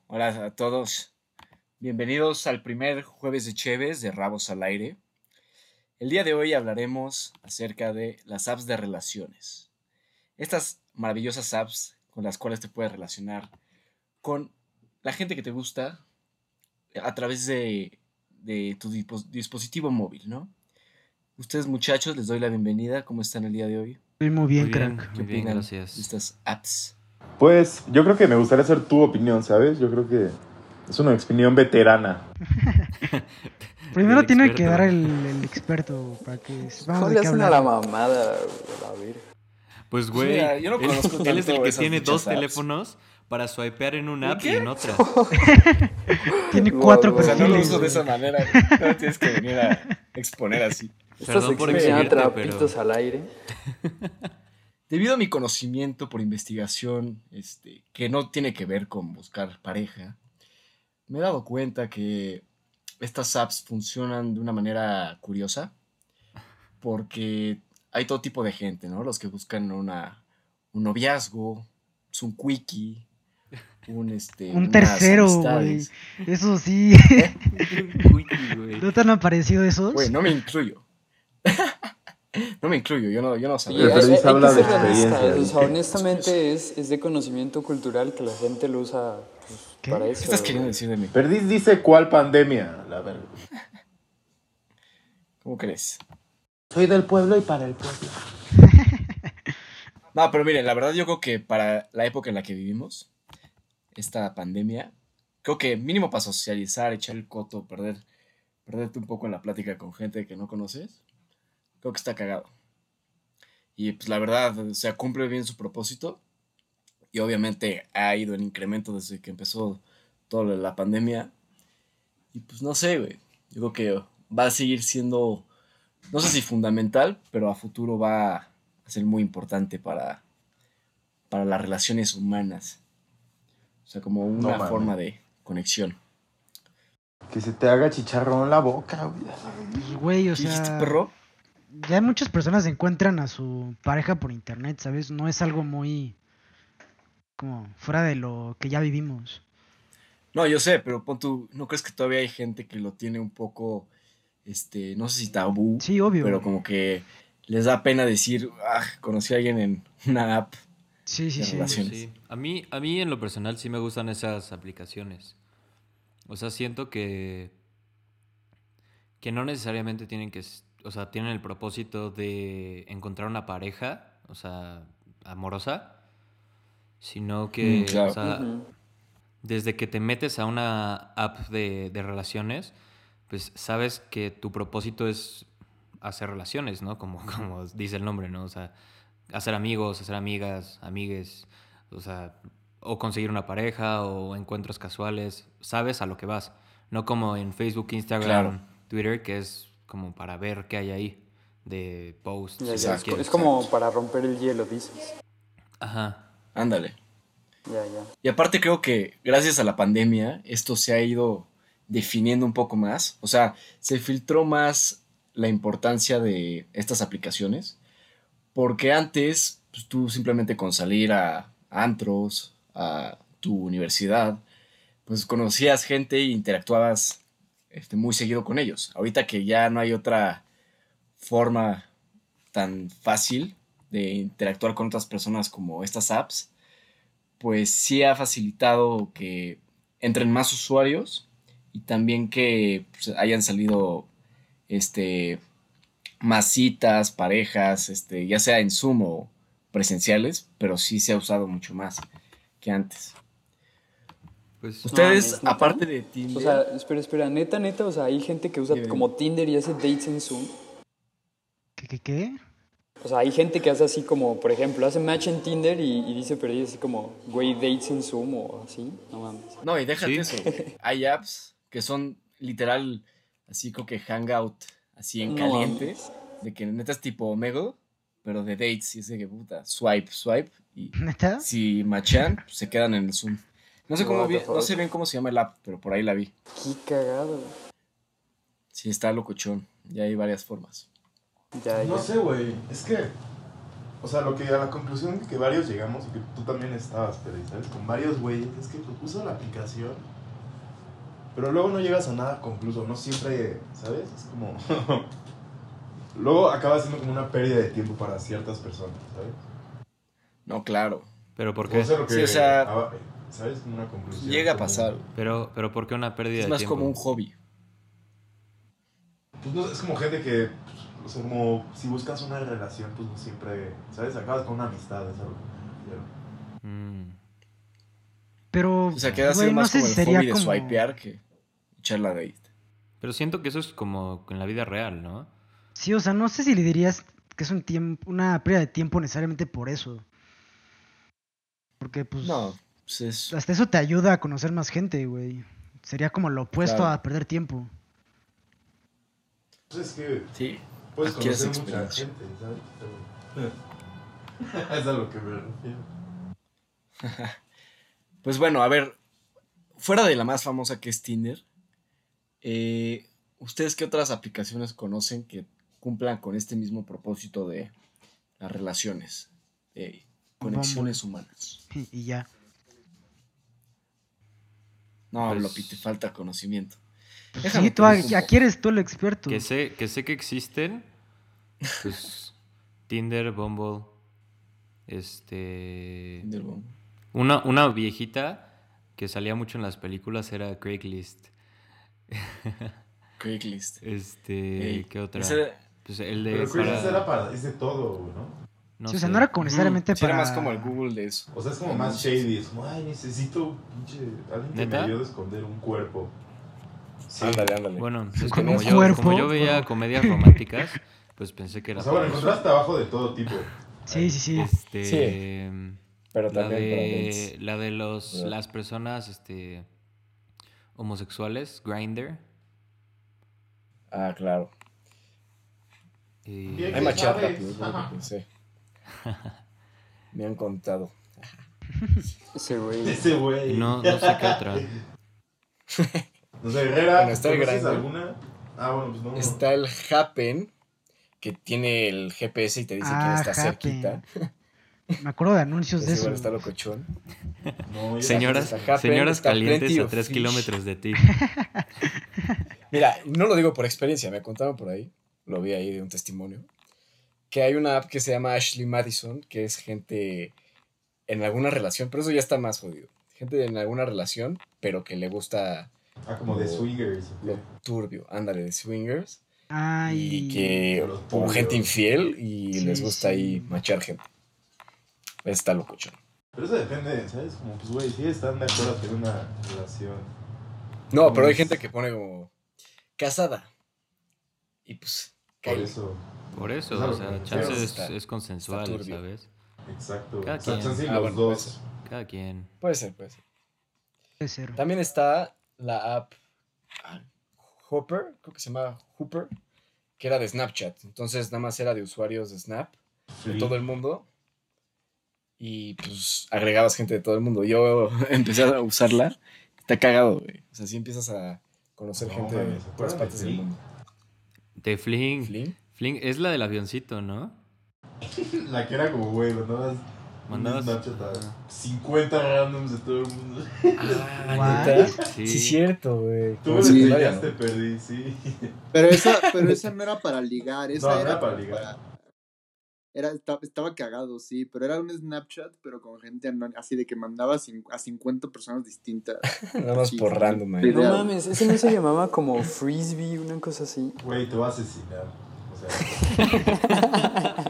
Hola a todos. Bienvenidos al primer jueves de Cheves de Rabos al Aire. El día de hoy hablaremos acerca de las apps de relaciones. Estas maravillosas apps con las cuales te puedes relacionar con la gente que te gusta a través de tu dispositivo móvil, ¿no? Ustedes muchachos, les doy la bienvenida. ¿Cómo están el día de hoy? Estoy muy bien, ¿Qué crack. Muy bien, opinan de gracias. estas apps? Pues yo creo que me gustaría saber tu opinión, ¿sabes? Yo creo que es una opinión veterana. Del Primero tiene que dar experto. el experto para que sepamos ¿Cómo de le qué hacen a la hablar. mamada, güey? A ver. Pues, Pues güey, mira, yo no él, conozco él es el tanto que esas tiene dos dichas apps. teléfonos para swipear en una ¿Y app y qué? en otra. Tiene Wow, 4 wow, O sea, no lo perfiles, uso de wow. güey. esa manera. No me tienes que venir a exponer así. Esta Perdón por sección se llama Oye, exhibirte, Trapitos pero al Aire. debido a mi conocimiento por investigación, que no tiene que ver con buscar pareja, me he dado cuenta que estas apps funcionan de una manera curiosa porque hay todo tipo de gente, ¿no? Los que buscan un noviazgo, es un quickie, Un unas tercero, güey. amistades. Eso sí. ¿Eh? un quickie, güey. ¿No te han aparecido Güey, esos? no me incluyo. No me incluyo, yo no Oye, sabría Pero eso. Luis hay que habla de ser Ah, realistas. experiencia, O sea, dice. Es curioso. honestamente es de conocimiento cultural que la gente lo usa pues, para ¿qué? ¿Qué estás eso, queriendo güey. decir de mí? Perdiz dice cuál pandemia, la verdad. ¿Cómo crees? Soy del pueblo y para el pueblo. No, pero miren, la verdad yo creo que para la época en la que vivimos, esta pandemia, creo que mínimo para socializar, echar el coto, perderte un poco en la plática con gente que no conoces, creo que está cagado. Y pues la verdad, o sea, cumple bien su propósito y obviamente ha ido en incremento desde que empezó toda la pandemia. Y pues no sé, güey, yo creo que va a seguir siendo, no sé si fundamental, pero a futuro va a ser muy importante para las relaciones humanas. O sea, como No una mames. forma de conexión. Que se te haga chicharrón la boca, güey. Pues, güey, o ¿Qué dijiste, sea, perro? ya muchas personas encuentran a su pareja por internet, ¿sabes? No es algo muy como fuera de lo que ya vivimos. No, yo sé, pero pon tú, ¿no crees que todavía hay gente que lo tiene un poco, no sé si tabú, Sí, obvio. pero como que les da pena decir, ah, conocí a alguien en una app Sí, sí, de sí. Pues relaciones? sí. A mí en lo personal sí me gustan esas aplicaciones. O sea, siento que no necesariamente tienen o sea, tienen el propósito de encontrar una pareja, o sea, amorosa, sino que, o Claro, sea, Ujú. desde que te metes a una app de relaciones, pues sabes que tu propósito es hacer relaciones, ¿no? Como dice el nombre, ¿no? O sea, hacer amigos, hacer amigas, amigues, o sea, o conseguir una pareja o encuentros casuales, sabes a lo que vas, no como en Facebook, claro, Instagram, Twitter, que es como para ver qué hay ahí de posts Ya, y ya. si Es, exacto, es quieres. como exacto. para romper el hielo, dices. Ajá. Ándale. Ya, ya. Y aparte creo que gracias a la pandemia esto se ha ido definiendo un poco más. O sea, se filtró más la importancia de estas aplicaciones. Porque antes, pues, tú simplemente con salir a antros, a tu universidad, pues conocías gente e interactuabas muy seguido con ellos. Ahorita que ya no hay otra forma tan fácil de interactuar con otras personas como estas apps, pues sí ha facilitado que entren más usuarios y también que pues, hayan salido este, más citas, parejas, ya sea en Zoom o presenciales, pero sí se ha usado mucho más que antes. Pues No Ustedes, mames, ¿neta? aparte de O sea, Tinder, espera, neta, o sea, hay gente que usa dime, dime. como Tinder y hace dates en Zoom. ¿Qué? O sea, hay gente que hace así como, por ejemplo, hace match en Tinder y dice, pero ella así como, güey, dates en Zoom o así. No mames. No, y déjate sí. eso, güey. Hay apps que son literal, así como que hangout, así en No caliente, mames. de que neta es tipo Omegle, pero de dates, y es de que puta, swipe, y ¿Neta? si machan, pues se quedan en el Zoom. No sé What the no sé fuck. bien cómo se llama el app, pero por ahí la vi. Qué cagado. Sí, está locochón, ya hay varias formas. Ya, No ya. sé, güey. Es que O sea, lo que a la conclusión que varios llegamos, y que tú también estabas, pero ¿sabes? Con varios güeyes, es que pues, usa la aplicación, pero luego no llegas a nada concluso, no siempre, ¿sabes? Es como... luego acaba siendo como una pérdida de tiempo para ciertas personas, ¿sabes? No, claro. ¿Pero por O qué? sea, lo que, Sí, o sea, ¿sabes? Como una conclusión. llega a como- pasar. Pero ¿por qué una pérdida Es de más tiempo? como un hobby. Pues no, es como gente que, pues, o sea, como si buscas una relación, pues no siempre, ¿sabes? Acabas con una amistad, es algo. Mm. Pero, O sea, queda güey, sido no más sé como si el sería hobby de como... swipear que echar la date. Pero siento que eso es como en la vida real, ¿no? Sí, o sea, no sé si le dirías que es un tiempo, una pérdida de tiempo necesariamente por eso. Porque, pues, No, pues es... hasta eso te ayuda a conocer más gente, güey. Sería como lo opuesto Claro. a perder tiempo. Entonces es que Sí, puedes adquieres conocer mucha experiencia. gente, ¿sabes? Es a lo que me refiero. Pues bueno, a ver, fuera de la más famosa que es Tinder, ¿ustedes qué otras aplicaciones conocen que cumplan con este mismo propósito de las relaciones, de conexiones humanas? Y ya. No, Pues- Lopi, te falta conocimiento. Pues Déjame sí, te digo un aquí eres tú el experto. Que sé que existen, pues Tinder, Bumble, Tinder, bueno. una viejita que salía mucho en las películas era Craigslist. Craigslist. Ey, ¿Qué otra? ese- Pues el de Pero Craigslist era para, es de todo, ¿no? no Sí, o sea, sé. no era como necesariamente Sí, era para... más como el Google de eso. O sea, es como más shady, es como, ay, necesito alguien que ¿Neta? me ayude a esconder un cuerpo. Sí. Ándale, ándale. Bueno, Sí, es con que un cuerpo. como yo veía comedias románticas, pues pensé que era O sea, bueno, para eso. encontraste trabajo de todo tipo. Sí, sí, sí. Pero La también para de dates. la de ¿Verdad? las personas homosexuales, Grindr. Ah, claro. Bien, Hay ¿qué machar sabes? rápido, es lo que pensé. Me han contado. Ese güey. Ese güey. Y no sé qué otra. No sé, Herrera, Bueno, está el ¿conoces Grindr. alguna? Ah, bueno, pues no. Está el Happen, que tiene el GPS y te dice quién está cerquita. Me acuerdo de anuncios de Ese eso. igual está locochón. No, yo Señoras, Está Happen, señoras está calientes Plenty a of 3 Fish. kilómetros de ti. Mira, no lo digo por experiencia, me contaron por ahí, lo vi ahí de un testimonio, que hay una app que se llama Ashley Madison, que es gente en alguna relación, pero eso ya está más jodido. Gente en alguna relación, pero que le gusta Ah, como de swingers. lo turbio, ándale, de swingers, Ay. y que Los como turbios. gente infiel y Sí, les gusta ahí sí. machar gente. Está locochón. Pero eso depende, ¿sabes? Como, pues, güey, si están de acuerdo a tener una relación. No, pero hay Pues, gente que pone como casada. Y pues, Por cae. eso. Por eso, Es a o lo sea, que me chance refiero. está- es consensual, está turbio. ¿sabes? Exacto. Cada O sea, quien. chance y Ah, los bueno, puede dos. ser. Cada quien. Puede ser, puede ser. Puede ser. También está la app Hopper, creo que se llama Hooper, que era de Snapchat. Entonces nada más era de usuarios de Snap, de todo el mundo. Y pues agregabas gente de todo el mundo. Yo empecé a usarla. Está cagado, güey. O sea, sí empiezas a conocer No, gente mames, de ¿se todas acuerdan de partes del Flink? mundo. De Fling. ¿Fling? Fling es la del avioncito, ¿no? La que era como, güey, mandabas Mandabas- un Snapchat a ajá. 50 randoms de todo el mundo. Ah, What? ¿neta? Sí. Sí, cierto, güey. Tú Como me en lo secundaria, enseñaste, ¿no? perdí, sí. Pero esa no era para ligar, esa No, no era era para como ligar. estaba cagado, sí, pero era un Snapchat, pero con gente así de que mandaba a 50 personas distintas. Nada más Sí, por sí. random, No güey. Idea. mames, ese no se llamaba como Frisbee, una cosa así. Güey, te voy a asesinar. O sea.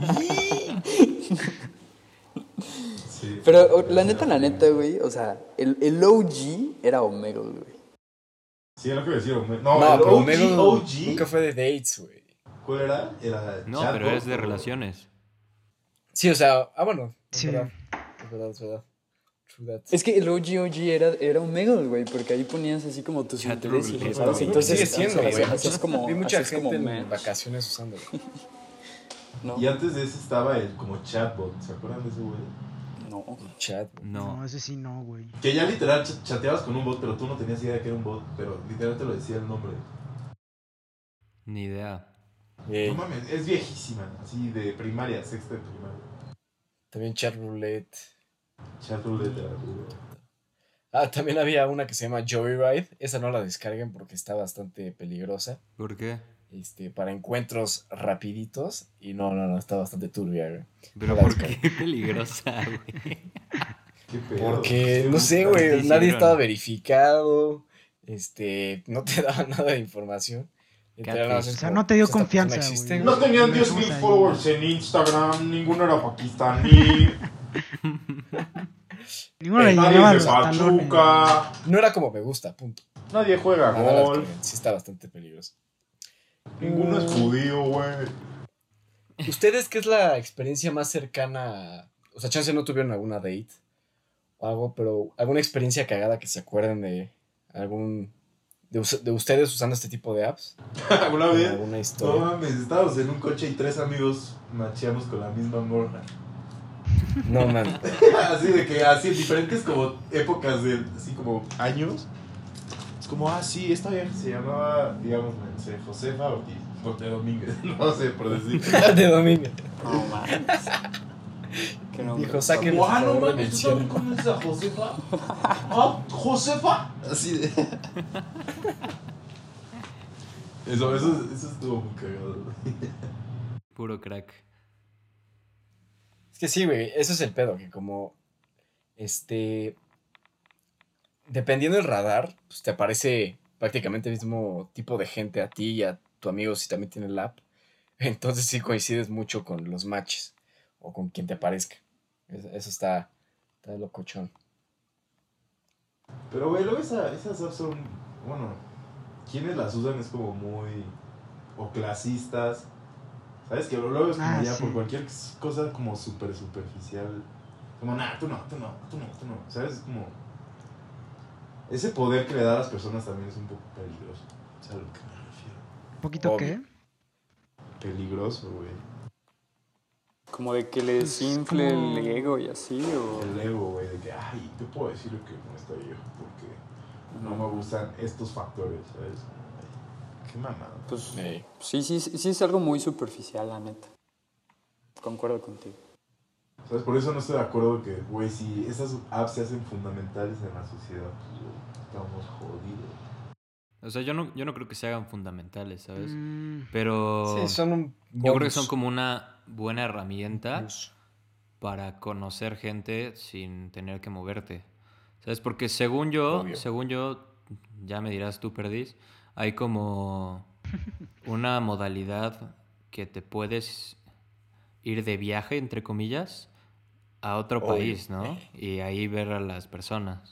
Sí. Pero la neta, güey, o sea, el OG era Omegle, güey. Sí, es lo que decía. No, No, el pero OG, Omegle OG. nunca fue de dates, güey. ¿Cuál era? Era No, chatbot, pero es de o- relaciones. Sí, o sea, bueno, es Sí. verdad. Es verdad, es verdad. True that. Es que el OG era Omegle, güey, porque ahí ponías así como tus Chat intereses, roulette. ¿sabes? Sigue Entonces, Sigue siendo, hacías- güey. hacías como, Vi mucha hacías como gente en match, vacaciones usándolo. ¿no? Y antes de ese estaba el como chatbot. ¿Se acuerdan de ese güey? No. Chat. No, No. ese sí no, güey. Que ya literal chateabas con un bot, pero tú no tenías idea de que era un bot, pero literal te lo decía el nombre. Ni idea. No mames, es viejísima, así de primaria, sexta de primaria. También Chat Roulette. Chat roulette era duro. También había una que se llama Joyride. Esa no la descarguen porque está bastante peligrosa. ¿Por qué? Para encuentros rapiditos. Y no, está bastante turbia, güey. Pero No la ¿por qué descarguen. peligrosa, güey? ¿Qué pedo? Porque, ¿Qué no sé, buscan? güey, ¿Qué nadie hicieron? estaba verificado. No te daba nada de información. Literal, nada más Catfish. es O sea, como, no te dio pues, esta persona confianza, existe, güey. No güey. tenían Lo 10,000 dejamos ahí. followers en Instagram, ninguno era pakistaní, Ninguno le nadie llegaba a es de los talones. Pachuca, No era como me gusta, punto. nadie juega No la golf, descarguen, sí está bastante peligroso. ninguno es judío, güey. ¿Ustedes qué es la experiencia más cercana? O sea, chance no tuvieron alguna date o algo, pero alguna experiencia cagada que se acuerden de algún de ustedes usando este tipo de apps. ¿Alguna vez? ¿Alguna No historia? mames, estábamos en un coche y 3 amigos macheamos con la misma morra. No, man. Así de que, así en diferentes como épocas de, así como años. Es como, sí, esta vieja se llamaba, digamos, no sé, Josefa Ortiz, de Domínguez, no sé, por decir. De domingo. No mames. Qué nombre. Dijo, saquen Como, por favor de no mames, ¿tú mención. también conoces a Josefa? ¿Josefa? Así de... Eso estuvo muy cagado. Puro crack. Es que sí, güey, eso es el pedo, que como, dependiendo del radar, pues te aparece prácticamente el mismo tipo de gente a ti y a tu amigo si también tiene la app. Entonces sí coincides mucho con los matches o con quien te aparezca. Eso está locochón. Pero, güey, luego esas apps son, bueno, quienes las usan es como muy, o clasistas, ¿sabes? Que luego es como ya sí. por cualquier cosa como súper superficial, como, tú no, ¿sabes? Es como, ese poder que le da a las personas también es un poco peligroso, ¿sabes a lo que me refiero? ¿Un poquito Obvio. qué? Peligroso, güey, Como de que le desinfle el ego y así, o... el ego, güey, de que, yo puedo decir que no está viejo porque no me gustan estos factores, ¿sabes? Ay, qué mamada. Pues Ey. sí es algo muy superficial, la neta. Concuerdo contigo. ¿Sabes? Por eso no estoy de acuerdo que, güey, si esas apps se hacen fundamentales en la sociedad, pues, güey, estamos jodidos. O sea, yo no creo que se hagan fundamentales, ¿sabes? Mm, Pero Sí, son un yo creo que bonus. son como una buena herramienta Plus. para conocer gente sin tener que moverte. ¿Sabes? Porque según yo, Obvio. ya me dirás tú, Perdiz, hay como una modalidad que te puedes ir de viaje, entre comillas, a otro Obvio. país, ¿no? Y ahí ver a las personas.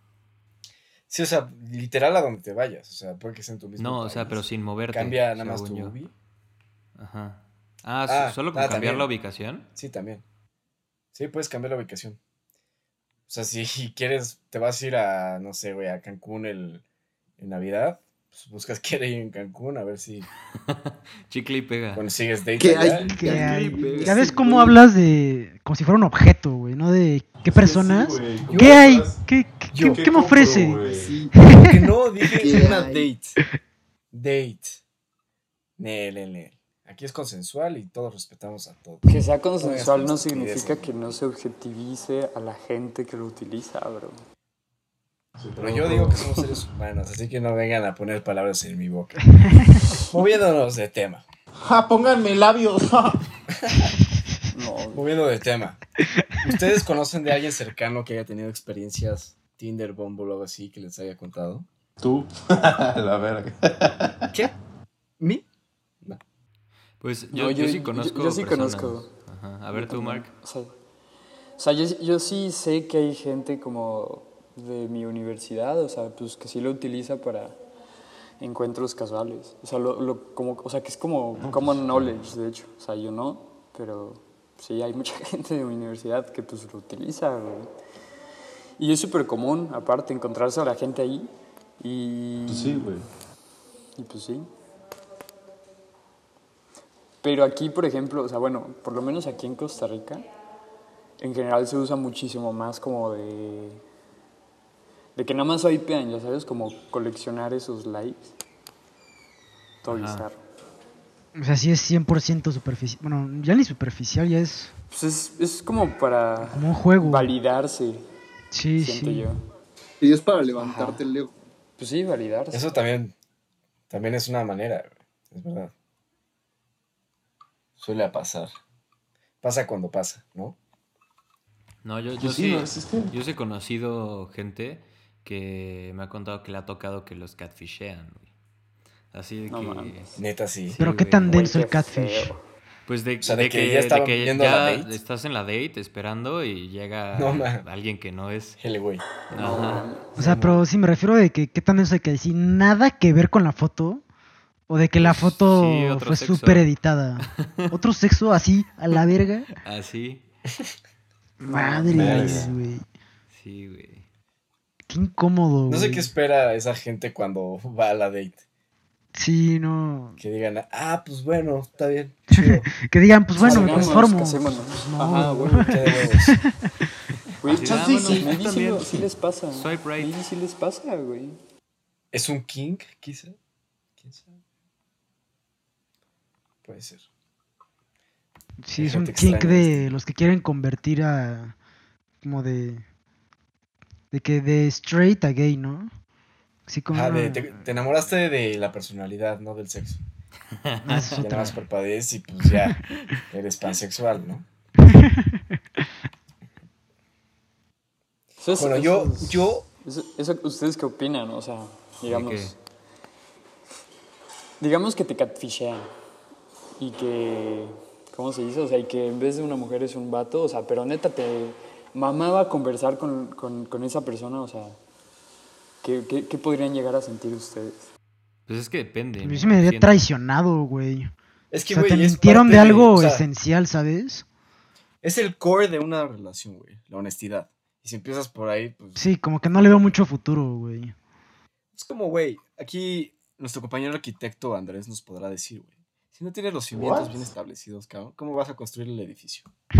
Sí, o sea, literal a donde te vayas. O sea, puede que sea en tu mismo No, o país. sea, pero sin moverte, Cambia nada más según tu yo. UBI. Ajá. Ah, ¿solo con cambiar también. la ubicación? Sí, también. Sí, puedes cambiar la ubicación. O sea, si quieres, te vas a ir a, no sé, güey, a Cancún en Navidad, pues buscas que ir en Cancún a ver si Chicle y pega. consigues date ¿Qué allá. hay? ¿qué hay? clip, Ya ves Sí, cómo güey. hablas de... como si fuera un objeto, güey, ¿no? De qué personas. Sí, güey, ¿cómo ¿Qué hay? estás? ¿Qué Yo, me compro, ofrece? güey? Sí. Que no, dije ¿Qué una hay? Date. Nel. Aquí es consensual y todos respetamos a todos. Que sea consensual no Todas las significa estupideces. que no se objetivice a la gente que lo utiliza, bro. Sí, Pero yo digo que somos seres humanos, así que no vengan a poner palabras en mi boca. Moviéndonos de tema. pónganme labios. No, Moviendo de tema. ¿Ustedes conocen de alguien cercano que haya tenido experiencias Tinder, Bumble o algo así que les haya contado? Tú, la verga. ¿Qué? ¿Mi? No. Pues No, yo sí conozco yo sí personas. conozco. Ajá. A ver Yo tú, también. Mark. O sea, yo sí sé que hay gente como de mi universidad, o sea, pues que sí lo utiliza para encuentros casuales. O sea, o sea, que es como common knowledge, de hecho. O sea, yo no, pero sí hay mucha gente de mi universidad que pues lo utiliza, güey. Y es súper común, aparte, encontrarse a la gente ahí. Y Pues sí, güey. y pues sí. Pero aquí, por ejemplo, o sea, bueno, por lo menos aquí en Costa Rica, en general se usa muchísimo más como de que nada más swipean, ya sabes, como coleccionar esos likes. Todo Ajá. bizarro. O sea, sí es 100% superficial. Bueno, ya ni superficial, ya es Pues es como para como un juego. validarse, Sí, siento sí. yo. Y es para Ajá. levantarte el ego. Pues sí, validarse. Eso también es una manera, güey. Es verdad. Suele pasar. Pasa cuando pasa, ¿no? No, yo Pues sí, sí, no, es que... yo sí he conocido gente que me ha contado que le ha tocado que los catfishean, güey. Así de No que... mames. Neta, sí. Sí, Pero qué güey. tan Güey, denso qué el catfish. feo. Pues O sea, de que ya de estaban que viendo la ya date. estás en la date esperando y No, llega man. alguien que no es. Hele, güey. No Ajá. mames. O sea, pero sí me refiero de que qué tan denso de que si nada que ver con la foto. O de que la Pues sí, foto otro fue sexo. súper editada. Otro sexo así, a la verga. Así. Madres, Verga. güey. Sí, güey. Qué incómodo, No sé qué güey. espera esa gente cuando va a la date. Sí, no. Que digan, pues bueno, está bien, chido. Que digan, pues bueno, me Salgamos, conformo. casémonos. Pues no, Ajá, güey. güey. Qué de huevos. Güey, Así de, chance bueno, sí, tú maybe también. sí les pasa. Swipe right. Maybe sí les pasa, güey. ¿Es un kink, quizá? ¿Quién sabe? Puede ser. Sí, Hay es un gente kink extraña en este de mundo. los que quieren convertir a. Como de. De que de straight a gay, ¿no? Así como Ajá, una. te enamoraste de la personalidad, no del sexo. Ah, esa es Ya nada más otra. parpadees y pues ya eres pansexual, ¿no? Bueno, ¿Ustedes qué opinan? O sea, ¿De digamos... qué? Digamos que te catfishean y que... ¿Cómo se dice? O sea, y que en vez de una mujer es un vato, o sea, pero neta te mamaba conversar con esa persona, o sea, ¿qué podrían llegar a sentir ustedes? Pues es que depende, A mí ¿no? se me había Siento. traicionado, güey. es O que, sea, te güey, es mintieron parte de de, o algo sea, esencial, ¿sabes? es el core de una relación, güey, la honestidad. Y si empiezas por ahí, pues, Sí, como que no no le veo tope. mucho futuro, güey. Es como, güey, aquí nuestro compañero arquitecto Andrés nos podrá decir, güey, si no tienes los cimientos ¿What? bien establecidos, cabrón, ¿cómo vas a construir el edificio?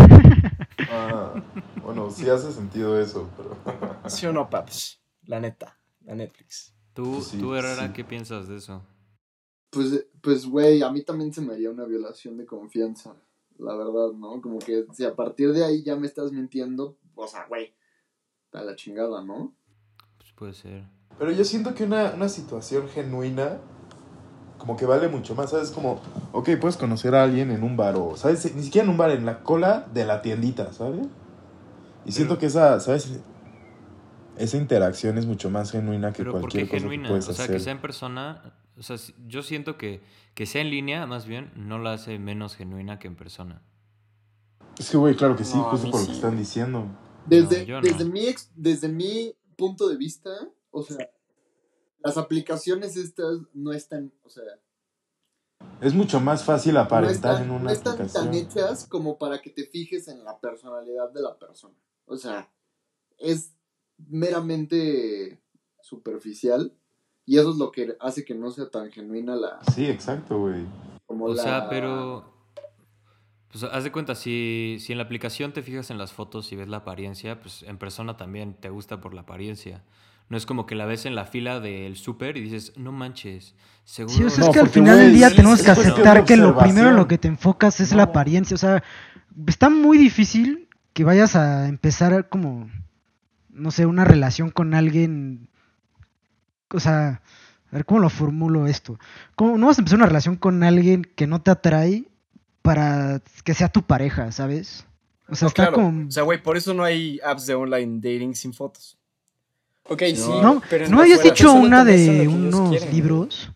Ah, bueno, sí hace sentido eso, pero... ¿Sí o no, paps? La neta, la Netflix. ¿Tú, Sí, tú Herrera, sí. qué piensas de eso? Pues, güey, a mí también se me haría una violación de confianza. La verdad, ¿no? Como que si a partir de ahí ya me estás mintiendo, o sea, güey, a la chingada, ¿no? Pues puede ser. Pero yo siento que una situación genuina como que vale mucho más, ¿sabes? Como, ok, puedes conocer a alguien en un bar o, ¿sabes? Ni siquiera en un bar, en la cola de la tiendita, ¿sabes? Y siento que esa, ¿sabes? Esa interacción es mucho más genuina que Pero ¿por qué cualquier cosa que genuina? puedes O sea, que hacer. sea en persona. O sea, yo siento que sea en línea, más bien, no la hace menos genuina que en persona. Es que, güey, claro que sí, No, a justo mí por lo que sí, están güey. diciendo. Desde, yo desde, no. desde mi punto de vista, o sea, las aplicaciones estas no están, o sea, Es mucho más fácil no aparentar en están, no una están tan aplicación. hechas como para que te fijes en la personalidad de la persona. O sea, es meramente superficial y eso es lo que hace que no sea tan genuina Sí, exacto, güey. como O sea, la... pero. Pues haz de cuenta, si en la aplicación te fijas en las fotos y ves la apariencia, pues en persona también te gusta por la apariencia. No es como que la ves en la fila del súper y dices, no manches, Sí, o seguro. sea, es No, que al porque, final del güey, día Sí, tenemos sí, que es cuestión de aceptar que lo primero en lo observación. que te enfocas es la No. apariencia. O sea, está muy difícil que vayas a empezar como, no sé, una relación con alguien. O sea, a ver cómo lo formulo esto. ¿Cómo no vas a empezar una relación con alguien que no te atrae para que sea tu pareja, ¿sabes? O sea, No, está claro. como... O sea, güey, por eso no hay apps de online dating sin fotos. Ok, Si sí, no, ¿No, pero ¿no por habías fuera. dicho solo una te muestran de lo que ellos unos quieren, güey. libros?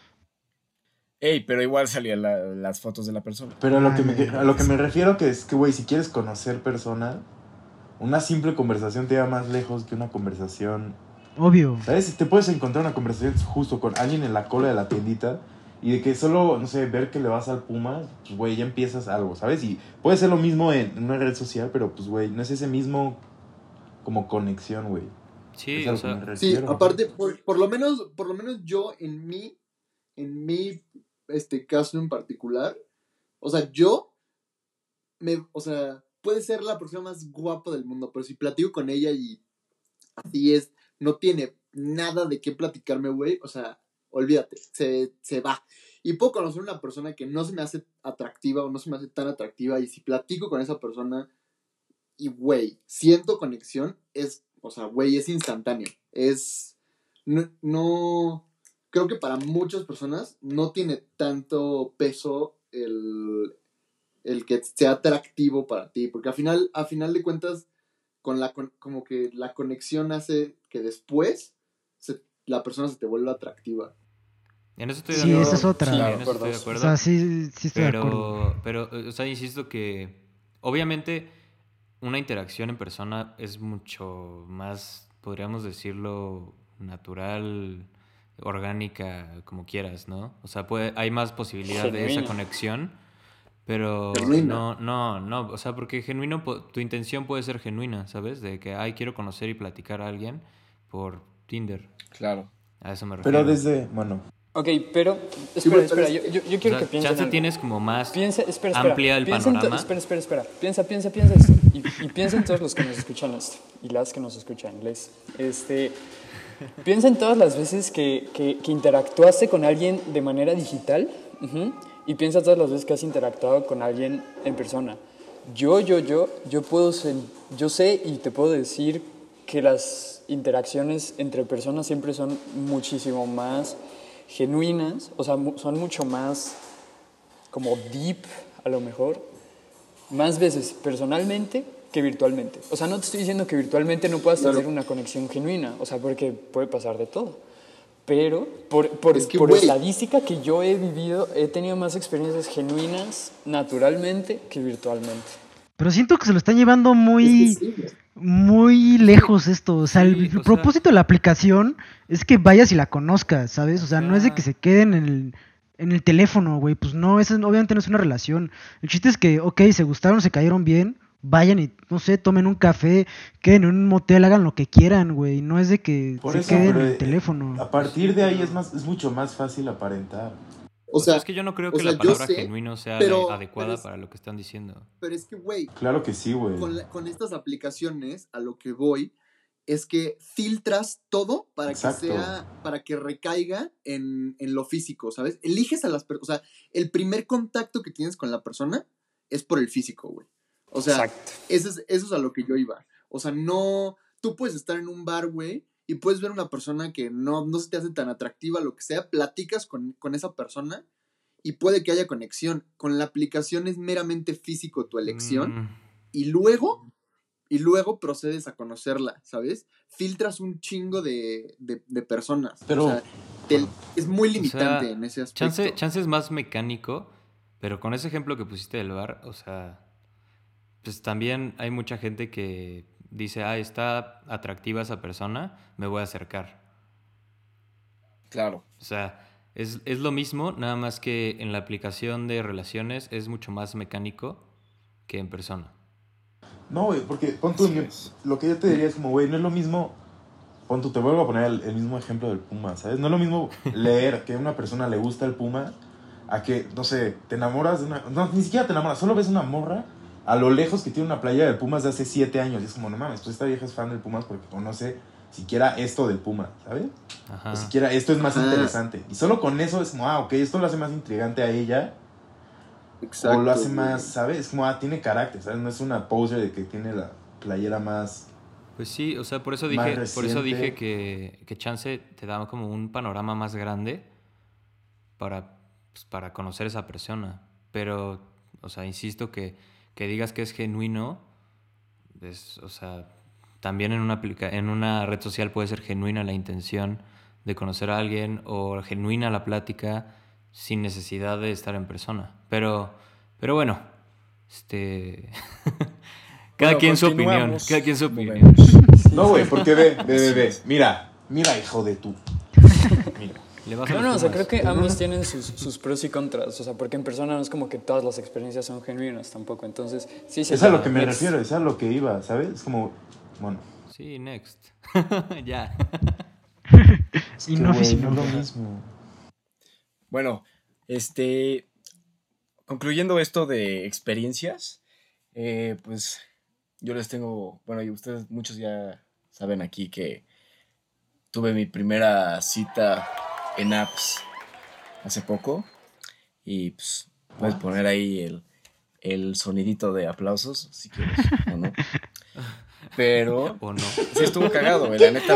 Ey, pero igual salían las fotos de la persona. Pero a lo que Ya, me, ya. a lo que me refiero que es que, güey, si quieres conocer persona, una simple conversación te lleva más lejos que una conversación. Obvio. ¿Sabes? Te puedes encontrar una conversación justo con alguien en la cola de la tiendita y de que solo, no sé, ver que le vas al Puma, pues, güey, ya empiezas algo, ¿sabes? Y puede ser lo mismo en una red social, pero, pues, güey, no es ese mismo como conexión, güey. Es Sí, a o lo que me sea, Sí, refiero. aparte, por lo menos yo en mi caso en particular, o sea, o sea, puede ser la persona más guapa del mundo, pero si platico con ella y así es, no tiene nada de qué platicarme, güey, o sea, olvídate, se va. Y puedo conocer una persona que no se me hace atractiva o no se me hace tan atractiva, y si platico con esa persona y, güey, siento conexión, o sea, güey, es instantáneo. No, creo que para muchas personas no tiene tanto peso el que sea atractivo para ti, porque a final de cuentas, como que la conexión hace que después la persona se te vuelva atractiva. En eso estoy de Sí, acuerdo. esa es otra. Sí, Claro, en eso estoy de O acuerdo. sea, sí estoy de acuerdo. Pero, o sea, insisto que obviamente una interacción en persona es mucho más, podríamos decirlo, natural, orgánica, como quieras, ¿no? O sea, hay más posibilidad de esa Genuina. conexión, pero Genuina. no, o sea, porque genuino, tu intención puede ser genuina, ¿sabes? De que, ay, quiero conocer y platicar a alguien por Tinder. Claro. A eso me Pero refiero. bueno, Ok, pero Sí, güey, espera, pero yo O quiero sea, que piensen chance algo. tienes como más Espera. amplia el Piensa panorama. espera. Piensa esto. Y piensen todos los que nos escuchan esto. Y las que nos escuchan. Piensa en todas las veces que interactuaste con alguien de manera digital. Ujú, y piensa todas las veces que has interactuado con alguien en persona. Yo yo sé y te puedo decir que las interacciones entre personas siempre son muchísimo más genuinas, o sea, son mucho más como deep, a lo mejor, más veces personalmente que virtualmente. O sea, no te estoy diciendo que virtualmente no puedas tener una conexión genuina, o sea, porque puede pasar de todo. Pero Es que, por güey, estadística que yo he vivido, he tenido más experiencias genuinas naturalmente que virtualmente. Pero siento que se lo están llevando es que sí, güey. muy lejos esto. O sea, Sí, el o sea, propósito de la aplicación es que vayas y la conozcas, ¿sabes? O sea, no es de que ajá. se queden en el teléfono, güey. Pues no, obviamente no es una relación. El chiste es que, ok, se gustaron, se cayeron bien, vayan y, no sé, tomen un café, queden en un motel, hagan lo que quieran, güey. No es de que por se eso, queden pero en el teléfono. a Pues sí, partir de ahí pero... es mucho más fácil aparentar. O O sea, sea, es que yo no creo o que sea, la yo palabra sé, genuino sea la pero adecuada para lo que están diciendo. es que, güey, Claro que sí, güey. con estas aplicaciones a lo que voy es que filtras todo Exacto. para que recaiga en lo físico, ¿sabes? Eliges a las personas, o sea, el primer contacto que tienes con la persona es por el físico, güey. O sea, Exacto. eso es a lo que yo iba. O sea, no, tú puedes estar en un bar, güey, y puedes ver una persona que no se te hace tan atractiva, lo que sea, platicas con esa persona y puede que haya conexión. Con la aplicación es meramente físico tu elección Mm, y luego procedes a conocerla, ¿sabes? Filtras un chingo de personas. O Pero, sea, bueno, es muy o limitante en sea, ese aspecto. chance es más mecánico, pero con ese ejemplo que pusiste del bar, o sea, pues también hay mucha gente que dice, ah, está atractiva esa persona, me voy a acercar. Claro. O sea, es lo mismo, nada más que en la aplicación de relaciones es mucho más mecánico que en persona. no, güey, porque pon tú, Así es. lo que yo te diría es como, güey, no es lo mismo, pon tú, te vuelvo a poner el mismo ejemplo del Puma, ¿sabes? No es lo mismo leer que a una persona le gusta el Puma a que, no sé, te enamoras de una, no, ni siquiera te enamoras, solo ves una morra a lo lejos que tiene una playa del Pumas de hace 7 años y es como, no mames, pues esta vieja es fan del Pumas porque conoce siquiera esto del Puma, ¿sabes? O Ajá. siquiera esto es más Ajá. interesante. Y solo con eso es como, ah, ok, esto lo hace más intrigante a ella. Exacto, O lo hace güey. más, ¿sabes? Es como, ah, tiene carácter, ¿sabes? No es una poser de que tiene la playera más, Pues sí, o sea, por eso más dije reciente. que chance te da como un panorama más grande para, pues, para conocer a esa persona. Pero, o sea, insisto que digas que es genuino, o sea, también en una red social puede ser genuina la intención de conocer a alguien o genuina la plática sin necesidad de estar en persona. Pero bueno, este... cada Bueno, quien su opinión, continuamos. cada quien su ¿Cómo opinión. vemos? No, güey, porque Así ve. es. Mira, hijo de tú. Mira. Le vas a No, los no, o sea, Pumas. creo que ambos tienen sus pros y contras. O sea, porque en persona no es como que todas las experiencias son genuinas tampoco. Entonces, sí se Es a lo da. que me Next. refiero, es a lo que iba, ¿sabes? Es como, bueno, Sí, next. Ya. es Y que, no güey, no es lo Fishimoto. mismo. Bueno, concluyendo esto de experiencias, pues yo les tengo, bueno, y ustedes muchos ya saben aquí que tuve mi primera cita en apps hace poco. Y pues puedes poner ahí el sonidito de aplausos, si quieres, o no. Pero ¿O no? sí estuvo cagado, güey. La neta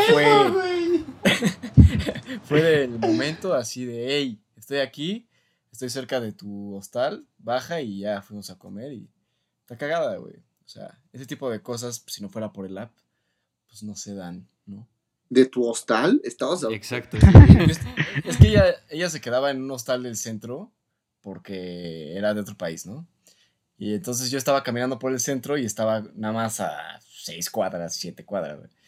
fue del momento así de, hey, estoy aquí, estoy cerca de tu hostal, baja y ya fuimos a comer y está cagada, güey. O sea, ese tipo de cosas, pues, si no fuera por el app, pues no se dan, ¿no? ¿De tu hostal? ¿Estabas Exacto. Es que ella se quedaba en un hostal del centro porque era de otro país, ¿no? Y entonces yo estaba caminando por el centro y estaba nada más a 6 cuadras, 7 cuadras, güey.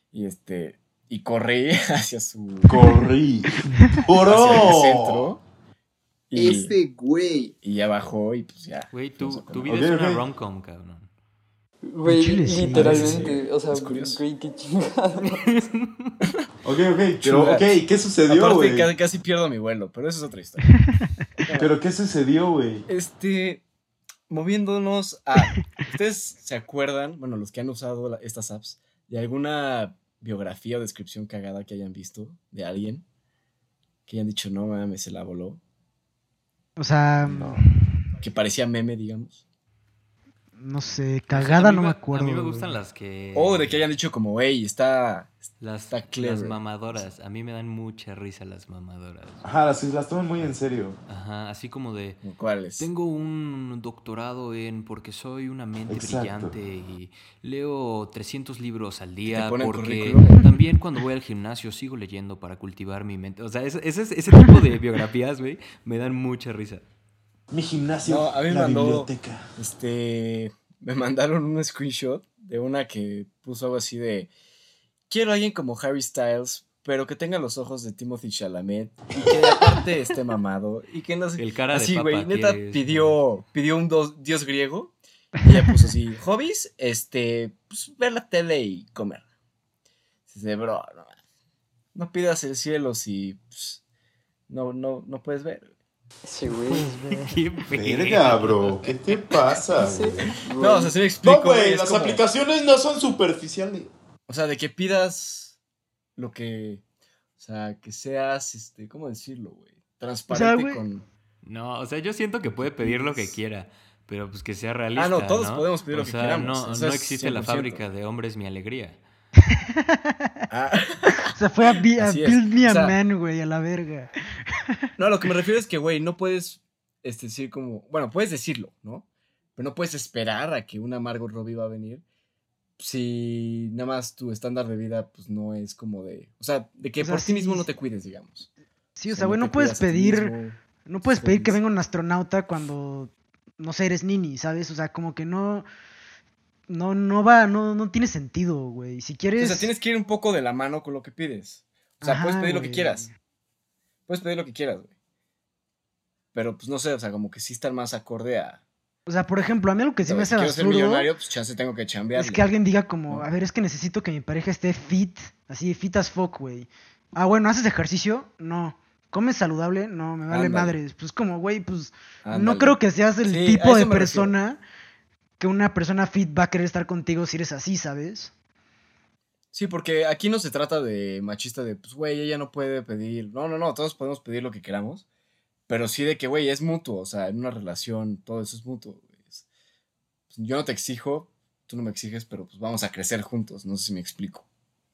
Y corrí hacia Corrí. hacia el centro Ese güey. y ya bajó y pues ya. Güey, fuimos a tu comer. vida es Ok, una ok. rom-com, cabrón. Güey, Chile, sí. literalmente, Sí, o sea, es curioso. güey, qué chingada. Ok, pero, ok, ¿qué sucedió, Aparte, güey? casi pierdo mi vuelo, pero eso es otra historia. ¿Pero qué sucedió, güey? Moviéndonos a... ¿Ustedes se acuerdan, bueno, los que han usado estas apps, de alguna biografía o descripción cagada que hayan visto de alguien? Que hayan dicho, no mames, se la voló. O sea, No. Que parecía meme, digamos. no sé, No sé, cagada no me acuerdo. A mí me gustan güey. las que... O de que hayan dicho como, hey, está Las clever. mamadoras. A mí me dan mucha risa las mamadoras. Ajá, las toman muy en serio. Ajá, así como de... ¿Como cuáles? Tengo un doctorado en porque soy una mente Exacto. brillante y leo 300 libros al Te día ponen porque currículum. también cuando voy al gimnasio sigo leyendo para cultivar mi mente. O sea, ese tipo de biografías, güey, me dan mucha risa. Mi gimnasio, No, a mí me la mandó, biblioteca. me mandaron un screenshot de una que puso algo así de, quiero a alguien como Harry Styles, pero que tenga los ojos de Timothy Chalamet y que aparte esté mamado y que no sé, El cara de así, papa, güey, neta ¿quieres? pidió un dios griego y ella puso así, hobbies, pues ver la tele y comer. Dice, bro, no pidas el cielo si pues, no puedes ver. Sí, güey. Puedes ver. Qué pedo. Verga, bro, ¿qué te pasa, Sí, güey? No, o sea, se me explico. No, güey, es las como- aplicaciones no son superficiales. O sea, de que pidas lo que. O sea, que seas, ¿cómo decirlo, güey? Transparente güey. con. No, o sea, yo siento que Lo que puede pedir lo que pides. quiera, pero pues que sea realista, no, todos ¿no? podemos pedir O lo que sea, queramos. Eso no es existe la 100%. fábrica de hombres mi alegría. Ah, O sea, fue a así es. Build Me O a sea, Man, güey, a la verga. no, lo que me refiero es que, güey, no puedes decir como. Bueno, puedes decirlo, ¿no? Pero no puedes esperar a que una Margot Robbie va a venir si nada más tu estándar de vida, pues no es como de. O sea, de que O sea, por ti mismo sí, no te cuides, digamos. sí, O o sea, sea, güey, no no te puedes cuidas a ti pedir, mismo, no tus puedes pedir que hobbies. venga un astronauta cuando, no sé, eres nini, ¿sabes? O sea, como que no tiene sentido, güey. Si Sí, o sea, quieres, tienes que ir un poco de la mano con lo que pides. O sea, puedes ajá, pedir lo que güey. quieras. Puedes pedir lo que quieras, güey. Pero pues no sé, o sea, como que sí estar más acorde a. O sea, por ejemplo, a mí algo que sí me ¿Sabes? hace Si quiero ser absurdo millonario, pues chance tengo que es que chambearle, alguien diga como, ¿no? a ver, es que necesito que mi pareja esté fit, así, fit as fuck, güey. Ah, bueno, ¿haces ejercicio? No. ¿Comes saludable? No, me vale Ándale, madres. Pues como, güey, pues no creo ándale. que seas el Sí, a tipo de eso me refiero. persona que una persona fit va a querer estar contigo si eres así, ¿sabes? Sí, porque aquí no se trata de machista de, pues, güey, ella no puede pedir. No, todos podemos pedir lo que queramos. Pero sí de que, güey, es mutuo. O sea, en una relación todo eso es mutuo, güey. Yo no te exijo, tú no me exiges, pero pues vamos a crecer juntos. No sé si me explico.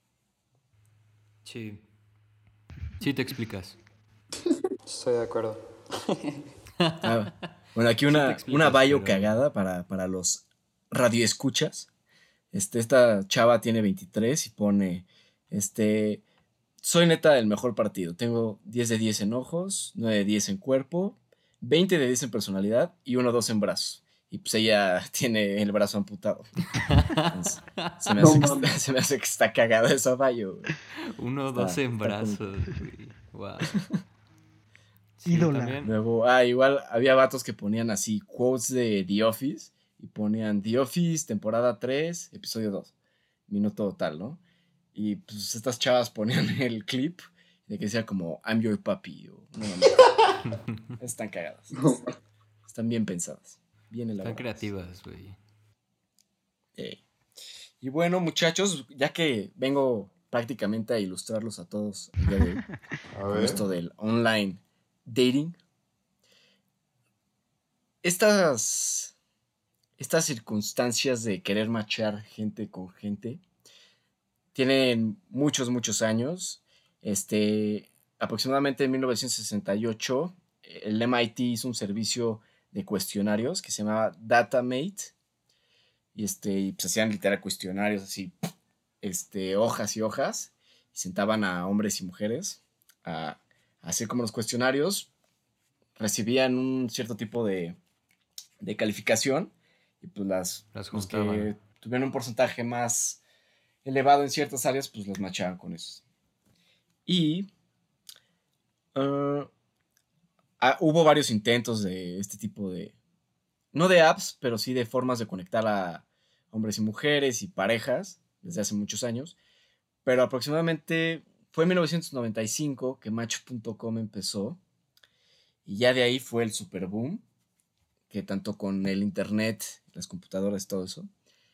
Sí. Sí te explicas. Estoy de acuerdo. Ah, bueno, aquí Sí te una explicas, bio pero... cagada para los radioescuchas. Esta chava tiene 23 y pone, soy neta el mejor partido. Tengo 10 de 10 en ojos, 9 de 10 en cuerpo, 20 de 10 en personalidad y 1 2 en brazos. Y pues ella tiene el brazo amputado. Entonces, se me No hace, que, mames. se me hace que está cagada esa bio, güey. 1 2 Está en cómico. brazos, güey. Wow. Sí, Ídola. también. Luego, igual había vatos que ponían así quotes de The Office y ponían The Office, temporada 3, episodio 2, minuto tal, ¿no? Y pues estas chavas ponían el clip de que decía como I'm your papi o no, están cagadas. No. Están bien pensadas, bien Están elaboradas. creativas, güey. Y bueno, muchachos, ya que vengo prácticamente a ilustrarlos a todos el día de hoy A con ver. esto del online dating, estas, estas circunstancias de querer machear gente con gente tienen muchos, muchos años. Aproximadamente en 1968, el MIT hizo un servicio de cuestionarios que se llamaba Datamate. Y pues hacían literal cuestionarios así, hojas y hojas, y sentaban a hombres y mujeres a hacer como los cuestionarios, recibían un cierto tipo de calificación, y pues Las los juntaban. que tuvieron un porcentaje más elevado en ciertas áreas, pues los machaban con eso. Y ah, hubo varios intentos de este tipo de, no de apps, pero sí de formas de conectar a hombres y mujeres y parejas desde hace muchos años. Pero aproximadamente fue en 1995 que Match.com empezó. Y ya de ahí fue el super boom. Que tanto con el internet, las computadoras, todo eso,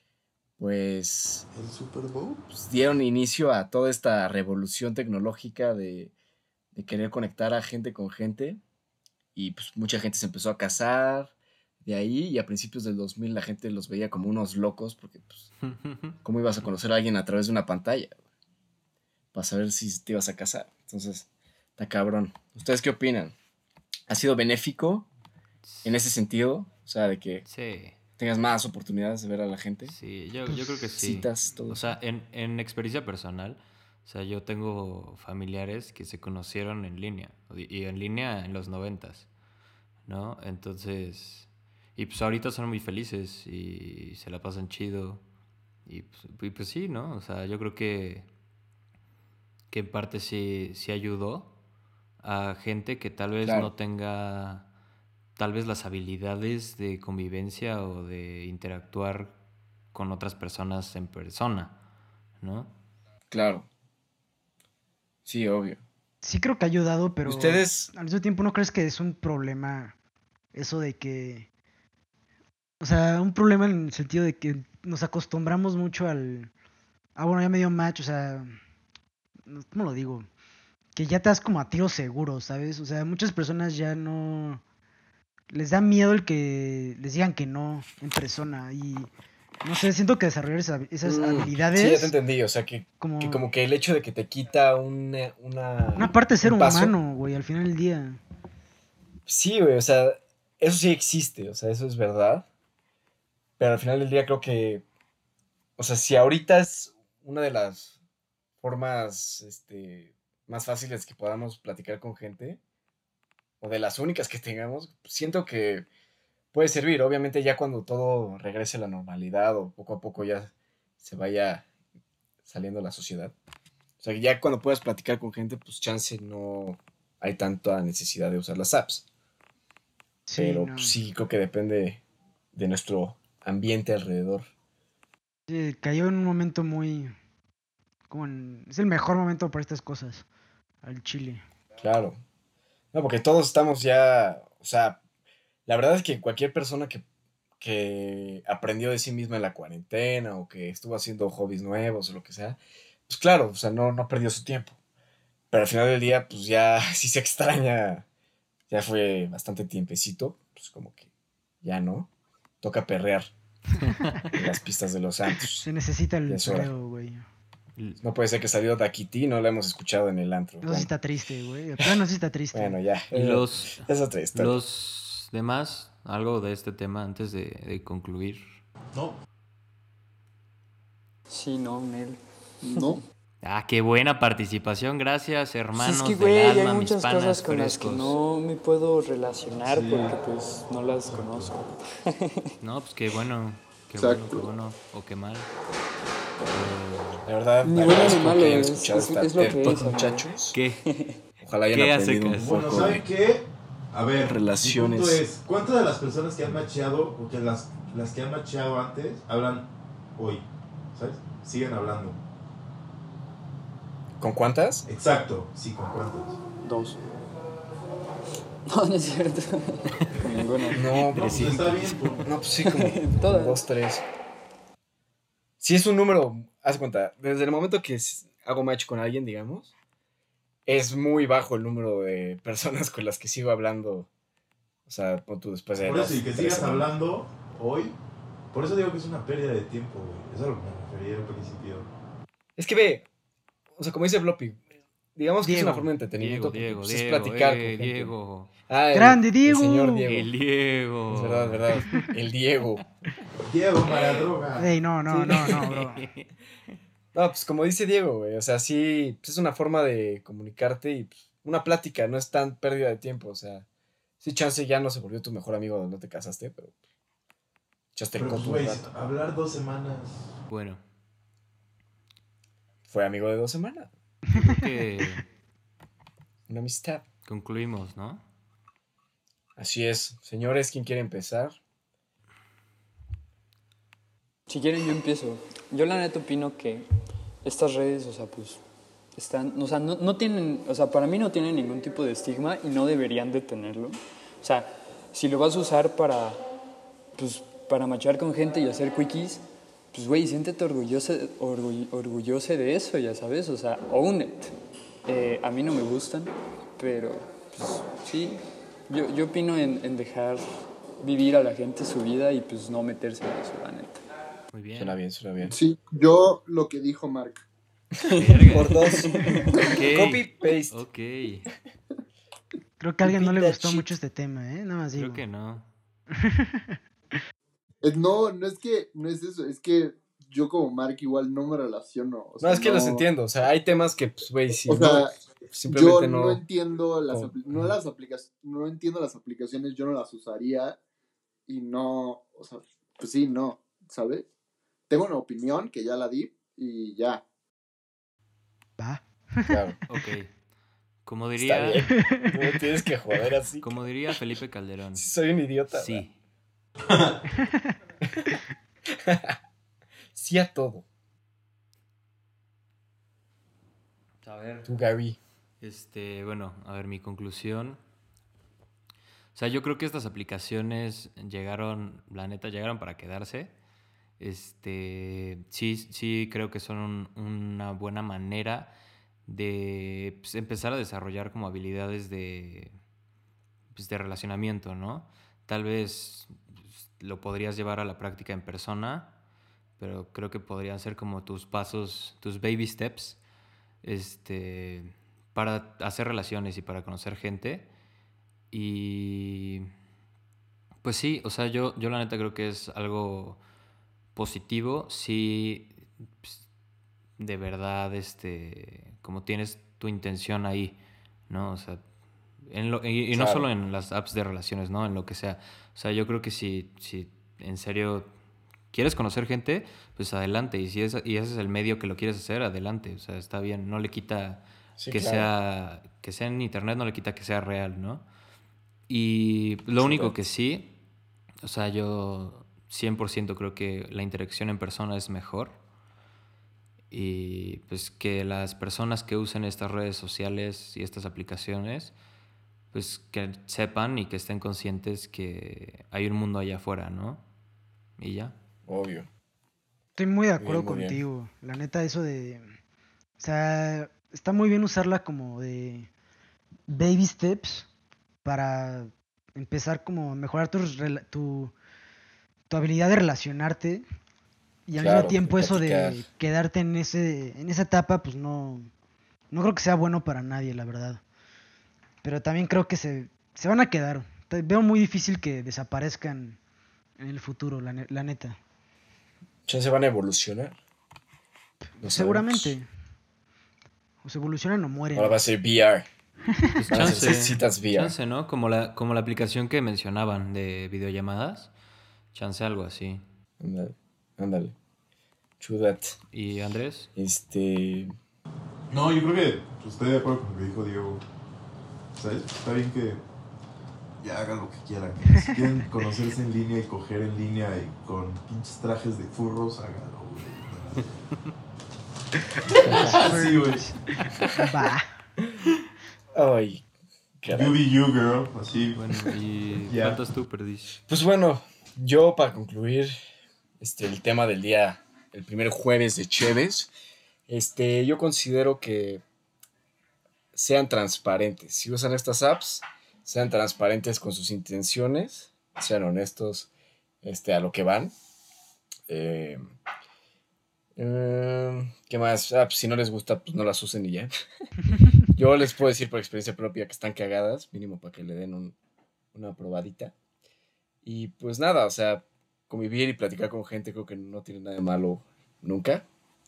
pues, ¿El Super Bowl? pues dieron inicio a toda esta revolución tecnológica de querer conectar a gente con gente. Y pues mucha gente se empezó a casar de ahí. Y a principios del 2000 la gente los veía como unos locos. Porque pues, ¿cómo ibas a conocer a alguien a través de una pantalla? Para saber si te ibas a casar. Entonces, está cabrón. ¿Ustedes qué opinan? ¿Ha sido benéfico en ese sentido? O sea, de que Sí, tengas más oportunidades de ver a la gente. sí, yo creo que sí. Citas, todo O eso. sea, en experiencia personal, o sea, yo tengo familiares que se conocieron en línea, y en línea en los 90s, ¿no? Entonces, y pues ahorita son muy felices y se la pasan chido. Y pues sí, ¿no? O sea, yo creo que en parte sí ayudó a gente que tal vez no Claro, tenga tal vez las habilidades de convivencia o de interactuar con otras personas en persona, ¿no? claro. Sí, obvio. Sí creo que ha ayudado, pero Ustedes, al mismo tiempo no crees que es un problema eso de que, o sea, un problema en el sentido de que nos acostumbramos mucho bueno, ya me dio match, o sea, ¿cómo lo digo? Que ya te das como a tiro seguro, ¿sabes? O sea, muchas personas ya no les da miedo el que les digan que no en persona y no sé, siento que desarrollar esas sí, ya te habilidades entendí. O sea, que como como que el hecho de que te quita una parte de ser un paso. humano, güey, al final del día. Sí, güey, o sea, eso sí existe. O sea, eso es verdad. Pero al final del día creo que, o sea, si ahorita es una de las formas, más fáciles que podamos platicar con gente, o de las únicas que tengamos, siento que puede servir. Obviamente ya cuando todo regrese a la normalidad o poco a poco ya se vaya saliendo la sociedad. O sea, que ya cuando puedas platicar con gente, pues chance no hay tanta necesidad de usar las apps. Sí, Pero no. pues, sí, creo que depende de nuestro ambiente alrededor. Sí, cayó en un momento muy es el mejor momento para estas cosas, al chile. Claro. No, porque todos estamos ya, o sea, la verdad es que cualquier persona que aprendió de sí misma en la cuarentena o que estuvo haciendo hobbies nuevos o lo que sea, pues claro, o sea, no perdió su tiempo. Pero al final del día, pues ya sí se extraña, ya fue bastante tiempecito, pues como que ya no, toca perrear en las pistas de los Se antros, necesita ya el es hora. perreo, güey. No puede ser que salió Daquiti y no la hemos escuchado en el antro. Eso sí Bueno, está triste, güey. De plano sí está triste. bueno, ya, Y es otra historia. los demás, algo de este tema antes de concluir. No. Sí, no, Nel. No. Ah, qué buena participación, gracias, Pues hermanos es que, del güey, hay alma, mis muchas panas cosas con las que frescos. no me puedo relacionar Sí. porque pues no las conozco. No, pues qué bueno, Exacto. o qué mal. La verdad, Ni bueno ni agradezco malo, que hayan es, escuchado es, esta es lo TED que Talk, es, amigo. muchachos. ¿Qué? Ojalá hayan ¿Qué aprendido un hace Bueno, poco ¿saben de qué? A ver, relaciones. mi punto es, ¿cuántas de las personas que han macheado o que las que han macheado antes hablan hoy? ¿Sabes? Siguen hablando. ¿Con cuántas? Exacto, sí, ¿con cuántas? 2. No, no es cierto. Ninguna. No, No, pues está bien. Pues. no, pues sí, como Todas. 2, 3. Si es un número, haz cuenta, desde el momento que hago match con alguien, digamos, es muy bajo el número de personas con las que sigo hablando O sea, pon tú después de Por eso, y que 2, 3 sigas semanas. hablando hoy. Por eso digo que es una pérdida de tiempo, güey. Eso es a lo que me refería al principio. Es que ve, o sea, como dice Floppy, digamos que es Diego. una forma de entretenimiento porque Diego, pues, es Diego, platicar con gente. Diego. Ah, ¡Grande, el Diego! señor Diego. El Diego. Es verdad, es verdad. El Diego. Diego Maradroga. Ey, no, bro. No, pues como dice Diego, güey, o sea, sí, pues, es una forma de comunicarte y pues, una plática, no es tan pérdida de tiempo, o sea, sí, chance ya no se volvió tu mejor amigo donde no te casaste, pero echaste el Pero, pues, coto un güey, rato. hablar 2 semanas. Bueno, Fue amigo de 2 semanas, yo creo que una amistad. concluimos, ¿no? Así es. Señores, ¿quién quiere empezar? Si quieren, yo empiezo. Yo la neta opino que estas redes, o sea, pues, están, o sea, no tienen, o sea, para mí no tienen ningún tipo de estigma y no deberían de tenerlo. O sea, si lo vas a usar para, pues, para machar con gente y hacer quickies, pues, güey, siéntete orgulloso de eso, ya sabes, o sea, own it. A mí no me gustan, pero, pues, sí, yo opino en dejar vivir a la gente su vida y, pues, no meterse en eso, la neta. Muy bien. Suena bien, suena bien. Sí, yo lo que dijo Mark. Verga. Por 2. Ok. Copy, paste. Ok. Creo que a alguien no le Repeat that gustó shit. mucho este tema, ¿eh? Nada más digo. Creo que no. No es que, no es eso, es que yo como Mark igual no me relaciono. O sea, No, es que los entiendo, o sea, hay temas que, pues, güey, si O no, sea, simplemente yo no no. entiendo como- no entiendo las aplicaciones, yo no las usaría y no, o sea, pues sí, no, ¿sabes? Tengo una opinión que ya la di y ya. Va. Claro, Ok. Como está diría, bien. No me tienes que joder así. como diría Felipe Calderón. Sí, soy un idiota. Sí. ¿verdad? Sí a todo. A ver. Tú, Gary. Bueno, a ver, mi conclusión. O sea, yo creo que estas aplicaciones llegaron, la neta, llegaron para quedarse. Sí creo que son una buena manera de pues, empezar a desarrollar como habilidades de relacionamiento, ¿no? Tal vez pues, lo podrías llevar a la práctica en persona, pero creo que podrían ser como tus pasos, tus baby steps, para hacer relaciones y para conocer gente. Y pues sí, o sea, yo la neta creo que es algo positivo si pues, de verdad, como tienes tu intención ahí, ¿no? O sea, y no Claro. solo en las apps de relaciones, ¿no? En lo que sea. O sea, yo creo que si en serio quieres conocer gente, pues adelante. Y ese es el medio que lo quieres hacer, adelante. O sea, está bien. No le quita Sí, que claro. que sea en internet, no le quita que sea real, ¿no? Y lo True único that. que sí, o sea, yo 100% creo que la interacción en persona es mejor. Y pues que las personas que usen estas redes sociales y estas aplicaciones, pues que sepan y que estén conscientes que hay un mundo allá afuera, ¿no? Y ya. Obvio. Estoy muy de Muy bien, acuerdo muy bien. contigo. La neta, eso de... O sea, está muy bien usarla como de baby steps para empezar como a mejorar tu habilidad de relacionarte y al mismo Claro, tiempo eso platicar. de quedarte en esa etapa, pues no creo que sea bueno para nadie, la verdad. Pero también creo que se van a quedar. Veo muy difícil que desaparezcan en el futuro, la neta. Chance van a evolucionar. No sabemos. Seguramente. O se evolucionan o mueren. Ahora va a ser VR. Pues Van a ser citas VR. chance, ¿no? Como la aplicación que mencionaban de videollamadas. Chance algo así. Ándale, ándale. True that. ¿Y Andrés? No, yo creo que pues, estoy de acuerdo con lo que dijo Diego. ¿Sabes? Está bien que ya hagan lo que quieran. Que si quieren conocerse en línea y coger en línea y con pinches trajes de furros, háganlo, güey. Sí, güey. Va. Ay, caray. You be you, girl. Así. Bueno, y Ya. faltas tú, Perdiz. Pues bueno, yo para concluir el tema del día, el primer jueves de Cheves, yo considero que sean transparentes. Si usan estas apps, sean transparentes con sus intenciones, sean honestos a lo que van. ¿Qué más? Pues, si no les gusta, pues no las usen y ya. Yo les puedo decir por experiencia propia que están cagadas, mínimo para que le den una probadita. Y pues nada, o sea, convivir y platicar con gente creo que no tiene nada de malo nunca.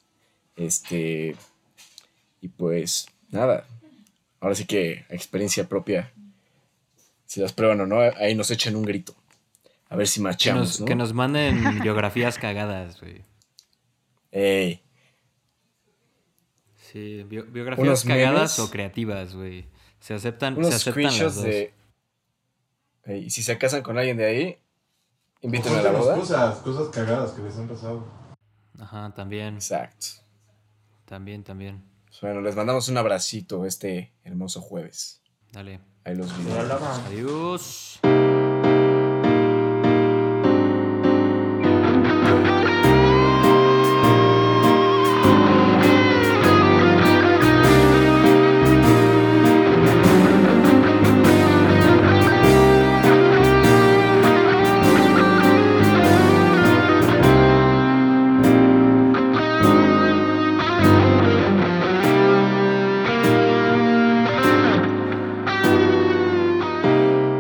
Y pues nada, ahora sí que experiencia propia, si las prueban o no, ahí nos echen un grito. A ver si marchamos, ¿no? Que nos manden biografías cagadas, güey. Ey. Sí, biografías Unos cagadas memes, o creativas, güey. Se aceptan unos las screenshots dos. Y si se casan con alguien de ahí, invítenme a la Cuéntanos boda. cosas cagadas que les han pasado. Ajá, también. Exacto. También. Pues bueno, les mandamos un abracito este hermoso jueves. Dale. Ahí los videos. Adiós.